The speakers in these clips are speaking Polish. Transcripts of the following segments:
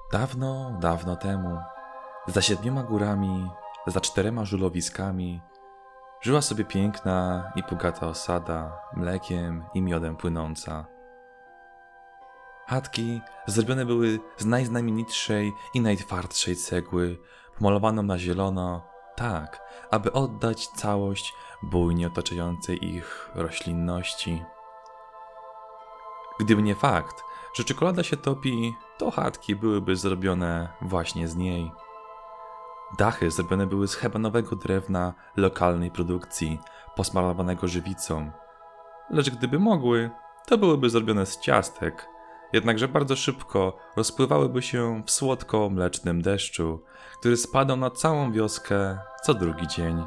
Dawno, dawno temu, za 7 górami, za 4 żulowiskami, żyła sobie piękna i bogata osada, mlekiem i miodem płynąca. Chatki zrobione były z najznamienitszej i najtwardszej cegły, pomalowaną na zielono, tak, aby oddać całość bujnie otaczającej ich roślinności. Gdyby nie fakt, że czekolada się topi, to chatki byłyby zrobione właśnie z niej. Dachy zrobione były z hebanowego drewna lokalnej produkcji, posmarowanego żywicą. Lecz gdyby mogły, to byłyby zrobione z ciastek, jednakże bardzo szybko rozpływałyby się w słodko-mlecznym deszczu, który spadał na całą wioskę co drugi dzień.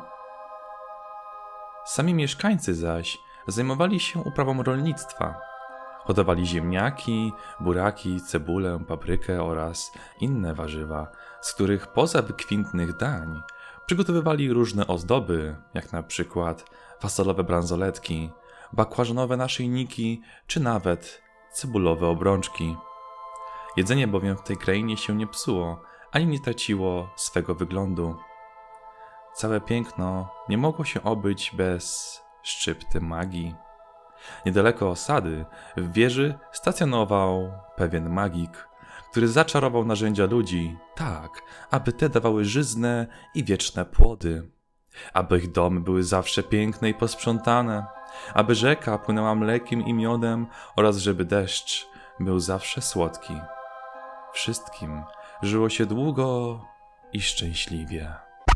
Sami mieszkańcy zaś zajmowali się uprawą rolnictwa. Hodowali ziemniaki, buraki, cebulę, paprykę oraz inne warzywa, z których poza wykwintnych dań przygotowywali różne ozdoby, jak na przykład fasolowe bransoletki, bakłażanowe naszyjniki czy nawet cebulowe obrączki. Jedzenie bowiem w tej krainie się nie psuło, ani nie traciło swego wyglądu. Całe piękno nie mogło się obyć bez szczypty magii. Niedaleko osady, w wieży, stacjonował pewien magik, który zaczarował narzędzia ludzi tak, aby te dawały żyzne i wieczne płody, aby ich domy były zawsze piękne i posprzątane, aby rzeka płynęła mlekiem i miodem oraz żeby deszcz był zawsze słodki. Wszystkim żyło się długo i szczęśliwie.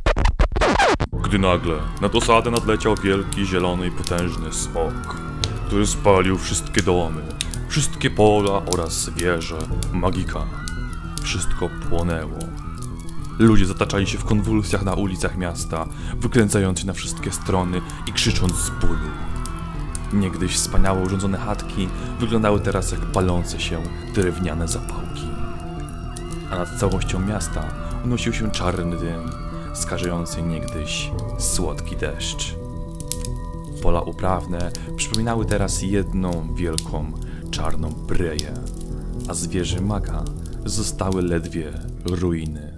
Gdy nagle nad osadę nadleciał wielki, zielony i potężny smok, który spalił wszystkie domy, wszystkie pola oraz wieże magika. Wszystko płonęło. Ludzie zataczali się w konwulsjach na ulicach miasta, wykręcając się na wszystkie strony i krzycząc z bólu. Niegdyś wspaniałe urządzone chatki wyglądały teraz jak palące się drewniane zapałki. A nad całością miasta unosił się czarny dym, skażający niegdyś słodki deszcz. Pola uprawne przypominały teraz jedną wielką, czarną breję, a z wieży maga zostały ledwie ruiny.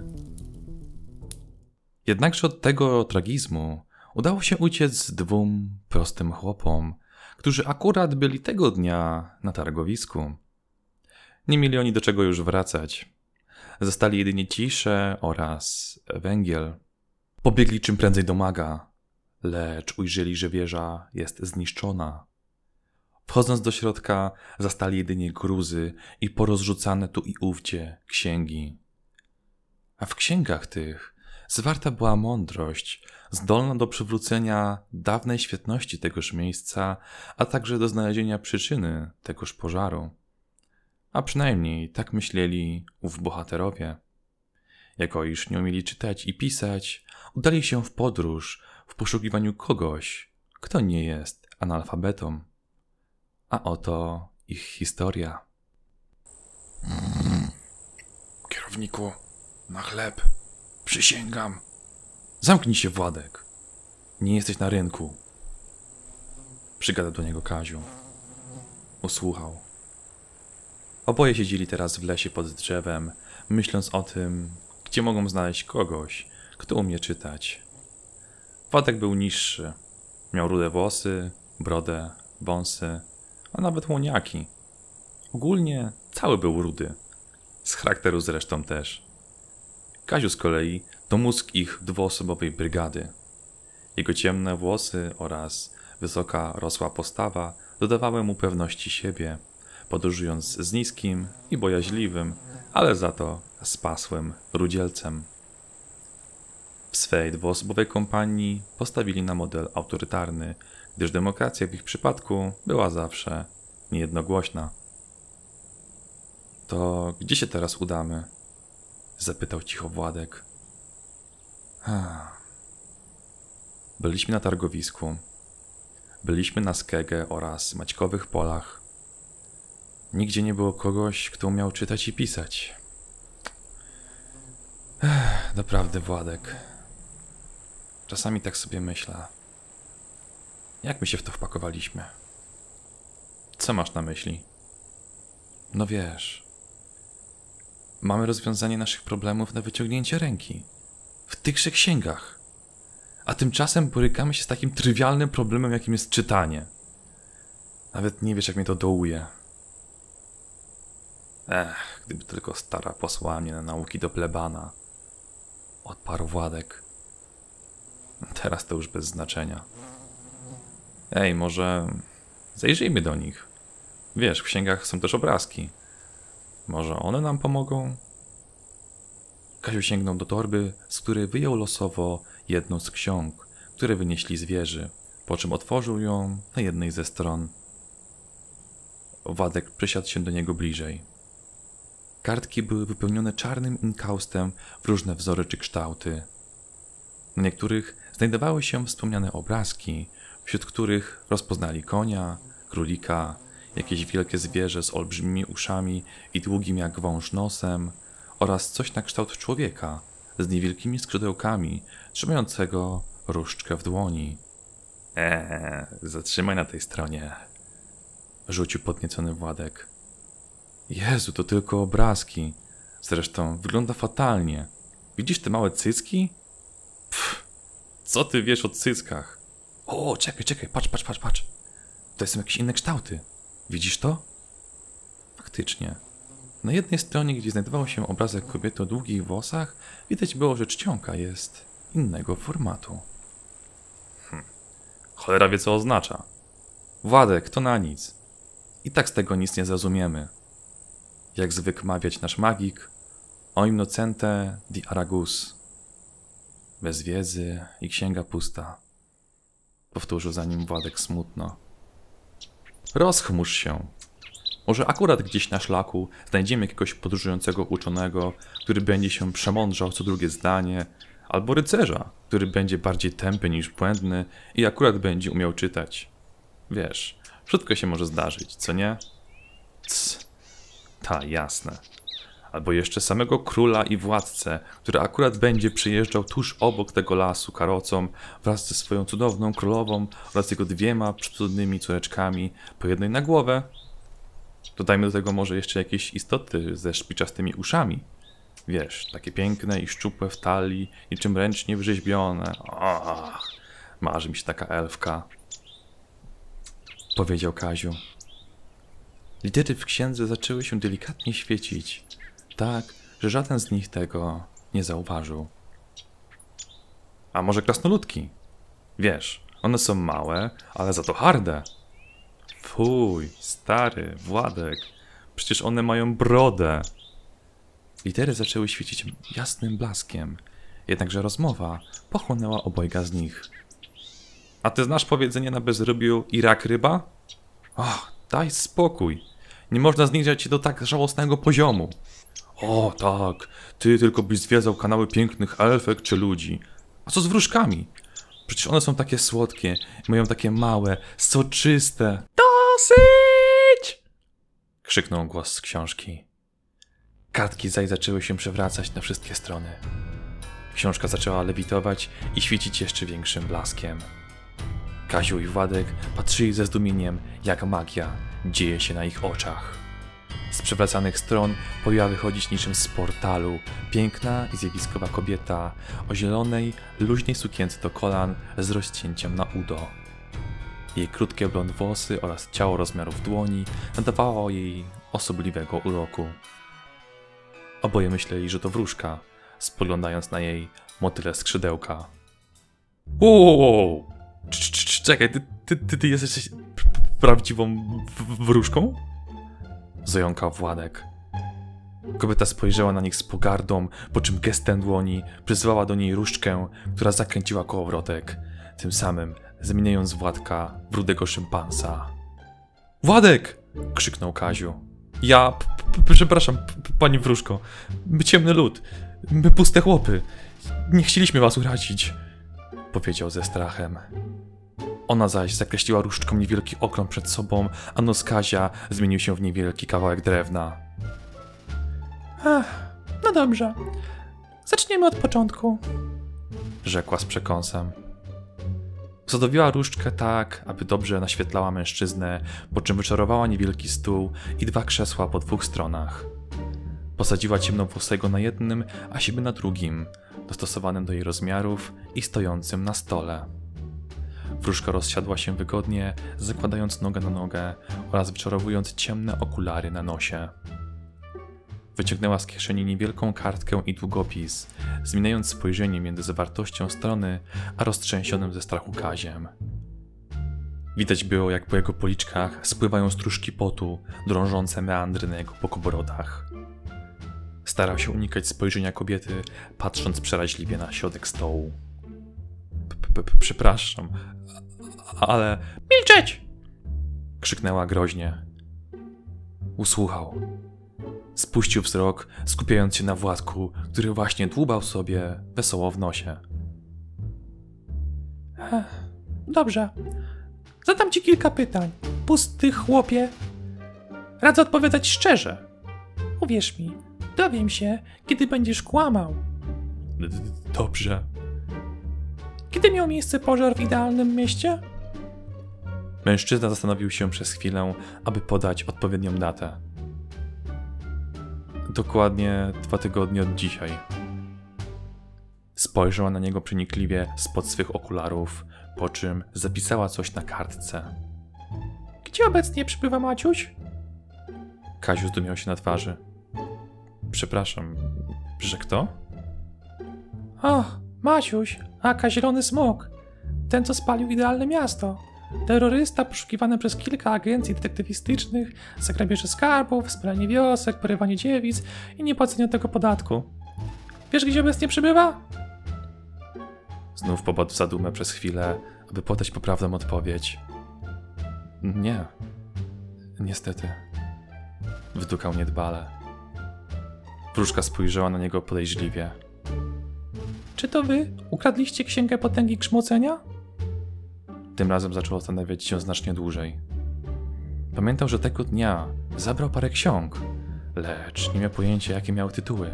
Jednakże od tego tragizmu udało się uciec 2 prostym chłopom, którzy akurat byli tego dnia na targowisku. Nie mieli oni do czego już wracać. Zostali jedynie ciszę oraz węgiel. Pobiegli czym prędzej do maga, lecz ujrzeli, że wieża jest zniszczona. Wchodząc do środka, zastali jedynie gruzy i porozrzucane tu i ówdzie księgi. A w księgach tych zwarta była mądrość, zdolna do przywrócenia dawnej świetności tegoż miejsca, a także do znalezienia przyczyny tegoż pożaru. A przynajmniej tak myśleli ów bohaterowie. Jako iż nie umieli czytać i pisać, udali się w podróż w poszukiwaniu kogoś, kto nie jest analfabetą. A oto ich historia. Kierowniku, na chleb. Przysięgam. Zamknij się, Władek. Nie jesteś na rynku. Przygadał do niego Kaziu. Usłuchał. Oboje siedzieli teraz w lesie pod drzewem, myśląc o tym, gdzie mogą znaleźć kogoś, kto umie czytać. Władek był niższy. Miał rude włosy, brodę, wąsy, a nawet łoniaki. Ogólnie cały był rudy. Z charakteru zresztą też. Kaziu z kolei to mózg ich 2-osobowej brygady. Jego ciemne włosy oraz wysoka, rosła postawa dodawały mu pewności siebie, podróżując z niskim i bojaźliwym, ale za to spasłym rudzielcem. W swej 2-osobowej kompanii postawili na model autorytarny, gdyż demokracja w ich przypadku była zawsze niejednogłośna. To gdzie się teraz udamy? Zapytał cicho Władek. Byliśmy na targowisku. Byliśmy na Skegę oraz Maćkowych polach. Nigdzie nie było kogoś, kto umiał czytać i pisać. Doprawdy, Władek. Czasami tak sobie myślę. Jak my się w to wpakowaliśmy? Co masz na myśli? No wiesz, Mamy rozwiązanie naszych problemów na wyciągnięcie ręki. W tychże księgach. A tymczasem borykamy się z takim trywialnym problemem, jakim jest czytanie. Nawet nie wiesz, jak mnie to dołuje. Gdyby tylko stara posłała mnie na nauki do plebana. Odparł Władek. Teraz to już bez znaczenia. Ej, może zajrzyjmy do nich. Wiesz, w księgach są też obrazki. Może one nam pomogą? Kaziu sięgnął do torby, z której wyjął losowo jedną z ksiąg, które wynieśli z wieży, po czym otworzył ją na jednej ze stron. Władek przysiadł się do niego bliżej. Kartki były wypełnione czarnym inkaustem w różne wzory czy kształty. Na niektórych znajdowały się wspomniane obrazki, wśród których rozpoznali konia, królika, jakieś wielkie zwierzę z olbrzymimi uszami i długim jak wąż nosem oraz coś na kształt człowieka z niewielkimi skrzydełkami, trzymającego różdżkę w dłoni. Zatrzymaj na tej stronie, rzucił podniecony Władek. Jezu, to tylko obrazki. Zresztą wygląda fatalnie. Widzisz te małe cycki? Co ty wiesz o cyckach? O, czekaj, patrz. To są jakieś inne kształty. Widzisz to? Faktycznie. Na jednej stronie, gdzie znajdował się obrazek kobiety o długich włosach, widać było, że czcionka jest innego formatu. Cholera wie, co oznacza. Władek, to na nic. I tak z tego nic nie zrozumiemy. Jak zwykł mawiać nasz magik, o innocente di Aragus. Bez wiedzy i księga pusta. Powtórzył za nim Władek smutno. Rozchmurz się. Może akurat gdzieś na szlaku znajdziemy jakiegoś podróżującego uczonego, który będzie się przemądrzał co drugie zdanie, albo rycerza, który będzie bardziej tępy niż błędny i akurat będzie umiał czytać. Wiesz, wszystko się może zdarzyć, co nie? Jasne. Albo jeszcze samego króla i władcę, który akurat będzie przyjeżdżał tuż obok tego lasu karocą wraz ze swoją cudowną królową oraz jego 2 przecudnymi córeczkami, po jednej na głowę. Dodajmy do tego może jeszcze jakieś istoty ze szpiczastymi uszami. Wiesz, takie piękne i szczupłe w talii, niczym ręcznie wyrzeźbione. Marzy mi się taka elfka. Powiedział Kaziu. Litery w księdze zaczęły się delikatnie świecić, tak, że żaden z nich tego nie zauważył. A może krasnoludki? Wiesz, one są małe, ale za to harde. Fuj, stary, Władek, przecież one mają brodę. Litery zaczęły świecić jasnym blaskiem, jednakże rozmowa pochłonęła obojga z nich. A ty znasz powiedzenie na bezrobiu i rak ryba? Daj spokój. Nie można zniżać się do tak żałosnego poziomu. O tak, ty tylko byś zwiedzał kanały pięknych elfek czy ludzi. A co z wróżkami? Przecież one są takie słodkie i mają takie małe, soczyste. Dosyć! Krzyknął głos z książki. Kartki zaś zaczęły się przewracać na wszystkie strony. Książka zaczęła lewitować i świecić jeszcze większym blaskiem. Kaziu i Władek patrzyli ze zdumieniem, jak magia dzieje się na ich oczach. Z przewracanych stron pojawiła wychodzić niczym z portalu piękna i zjawiskowa kobieta o zielonej, luźnej sukience do kolan z rozcięciem na udo. Jej krótkie blond włosy oraz ciało rozmiarów dłoni nadawało jej osobliwego uroku. Oboje myśleli, że to wróżka, spoglądając na jej motyle skrzydełka. Wow! Czekaj, ty jesteś prawdziwą wróżką? Zająkał Władek. Kobieta spojrzała na nich z pogardą, po czym gestem dłoni przyzwała do niej różdżkę, która zakręciła kołowrotek, tym samym zamieniając Władka w rudego szympansa. Władek! Krzyknął Kaziu. Ja, przepraszam, pani wróżko. My ciemny lud. My puste chłopy. Nie chcieliśmy was urazić. Powiedział ze strachem. Ona zaś zakreśliła różdżką niewielki okrąg przed sobą, a nos Kazia zmienił się w niewielki kawałek drewna. No dobrze. Zaczniemy od początku. Rzekła z przekąsem. Zadowiła różdżkę tak, aby dobrze naświetlała mężczyznę, po czym wyczarowała niewielki stół i 2 krzesła po 2 stronach. Posadziła ciemnowłosego na jednym, a siebie na drugim, dostosowanym do jej rozmiarów i stojącym na stole. Wróżka rozsiadła się wygodnie, zakładając nogę na nogę oraz wyczarowując ciemne okulary na nosie. Wyciągnęła z kieszeni niewielką kartkę i długopis, zmieniając spojrzenie między zawartością strony a roztrzęsionym ze strachu Kaziem. Widać było, jak po jego policzkach spływają stróżki potu, drążące meandry na jego bokobrodach. Starał się unikać spojrzenia kobiety, patrząc przeraźliwie na środek stołu. Przepraszam, ale... Milczeć! Krzyknęła groźnie. Usłuchał. Spuścił wzrok, skupiając się na Władku, który właśnie dłubał sobie wesoło w nosie. Dobrze. Zadam ci kilka pytań. Pusty chłopie. Radzę odpowiadać szczerze. Uwierz mi, dowiem się, kiedy będziesz kłamał. Dobrze. Kiedy miał miejsce pożar w idealnym mieście? Mężczyzna zastanowił się przez chwilę, aby podać odpowiednią datę. Dokładnie 2 tygodnie od dzisiaj. Spojrzała na niego przenikliwie spod swych okularów, po czym zapisała coś na kartce. Gdzie obecnie przebywa Maciuś? Kaziu zdumiał się na twarzy. Przepraszam, że kto? Maciuś, aka Zielony Smok. Ten, co spalił idealne miasto. Terrorysta poszukiwany przez kilka agencji detektywistycznych za grabieże skarbów, spalanie wiosek, porywanie dziewic i niepłacenie tego podatku. Wiesz, gdzie obecnie przebywa? Znów popadł w zadumę przez chwilę, aby podać poprawną odpowiedź. Nie. Niestety. Wdukał niedbale. Wróżka spojrzała na niego podejrzliwie. Czy to wy ukradliście księgę potęgi grzmocenia? Tym razem zaczął zastanawiać się znacznie dłużej. Pamiętał, że tego dnia zabrał parę ksiąg, lecz nie miał pojęcia, jakie miały tytuły.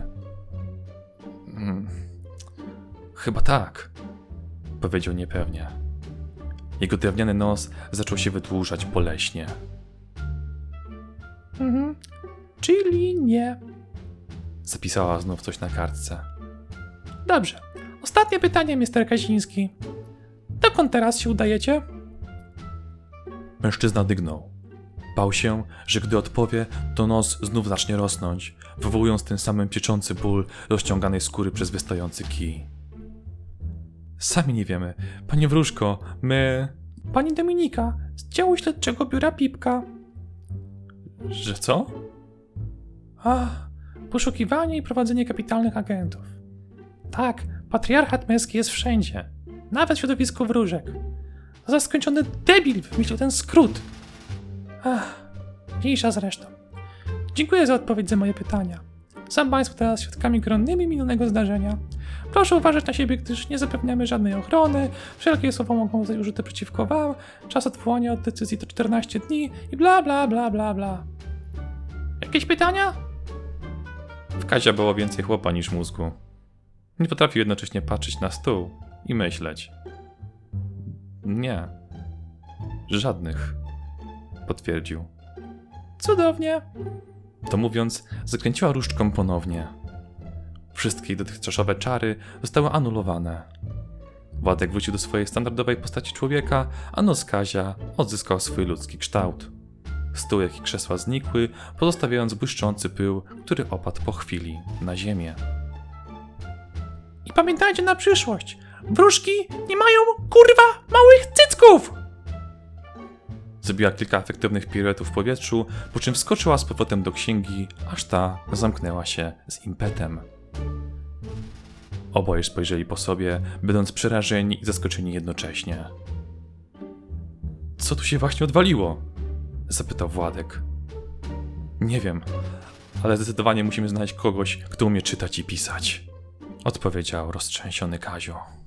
Chyba tak, powiedział niepewnie. Jego drewniany nos zaczął się wydłużać boleśnie. Czyli nie. Zapisała znów coś na kartce. Dobrze. Ostatnie pytanie, Mr. Kaziński. Dokąd teraz się udajecie? Mężczyzna dygnął. Bał się, że gdy odpowie, to nos znów zacznie rosnąć, wywołując tym samym pieczący ból rozciąganej skóry przez wystający kij. Sami nie wiemy. Panie wróżko, my... Pani Dominika, z działu śledczego biura Pipka. Że co? Poszukiwanie i prowadzenie kapitalnych agentów. Tak, patriarchat męski jest wszędzie. Nawet w środowisku wróżek. Za skończony debil wymyślił ten skrót. Mniejsza zresztą. Dziękuję za odpowiedź na moje pytania. Sam państwo teraz świadkami koronnymi minionego zdarzenia. Proszę uważać na siebie, gdyż nie zapewniamy żadnej ochrony. Wszelkie słowa mogą zostać użyte przeciwko wam. Czas odwołania od decyzji to 14 dni i bla bla bla bla bla. Jakieś pytania? W Kazia było więcej chłopa niż mózgu. Nie potrafił jednocześnie patrzeć na stół i myśleć. Nie. Żadnych. Potwierdził. Cudownie. To mówiąc, zakręciła różdżką ponownie. Wszystkie dotychczasowe czary zostały anulowane. Władek wrócił do swojej standardowej postaci człowieka, a nos Kazia odzyskał swój ludzki kształt. Stół, jak i krzesła znikły, pozostawiając błyszczący pył, który opadł po chwili na ziemię. I pamiętajcie na przyszłość, wróżki nie mają, kurwa, małych cycków! Zrobiła kilka efektywnych piruetów w powietrzu, po czym wskoczyła z powrotem do księgi, aż ta zamknęła się z impetem. Oboje spojrzeli po sobie, będąc przerażeni i zaskoczeni jednocześnie. Co tu się właśnie odwaliło? Zapytał Władek. Nie wiem, ale zdecydowanie musimy znaleźć kogoś, kto umie czytać i pisać. Odpowiedział roztrzęsiony Kazio.